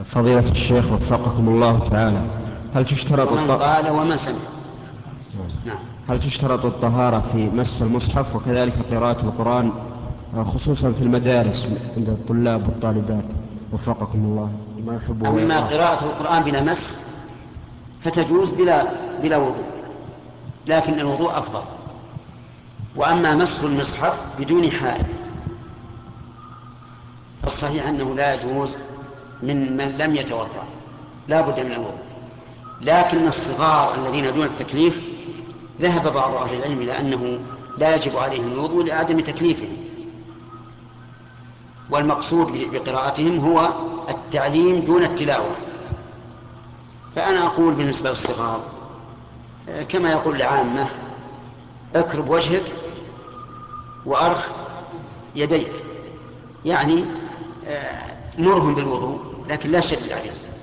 فضيلة الشيخ وفقكم الله تعالى، هل تشترط قال ومن سمع. نعم. هل تشترط الطهارة في مس المصحف وكذلك قراءة القرآن خصوصا في المدارس عند الطلاب والطالبات وفقكم الله ما يحبون؟ أما قراءة القرآن بلا مس فتجوز بلا وضوء، لكن الوضوء أفضل. وأما مس المصحف بدون حائل فالصحيح أنه لا يجوز من لم يتوضأ، لا بد من الوضوء. لكن الصغار الذين دون التكليف ذهب بعض أهل العلم إلى أنه لا يجب عليهم الوضوء لعدم تكليفهم، والمقصود بقراءتهم هو التعليم دون التلاوة. فأنا أقول بالنسبة للصغار كما يقول العامة: اكرب وجهك وأرخ يديك، يعني مرهم بالوضوء لكن لا شد عليه.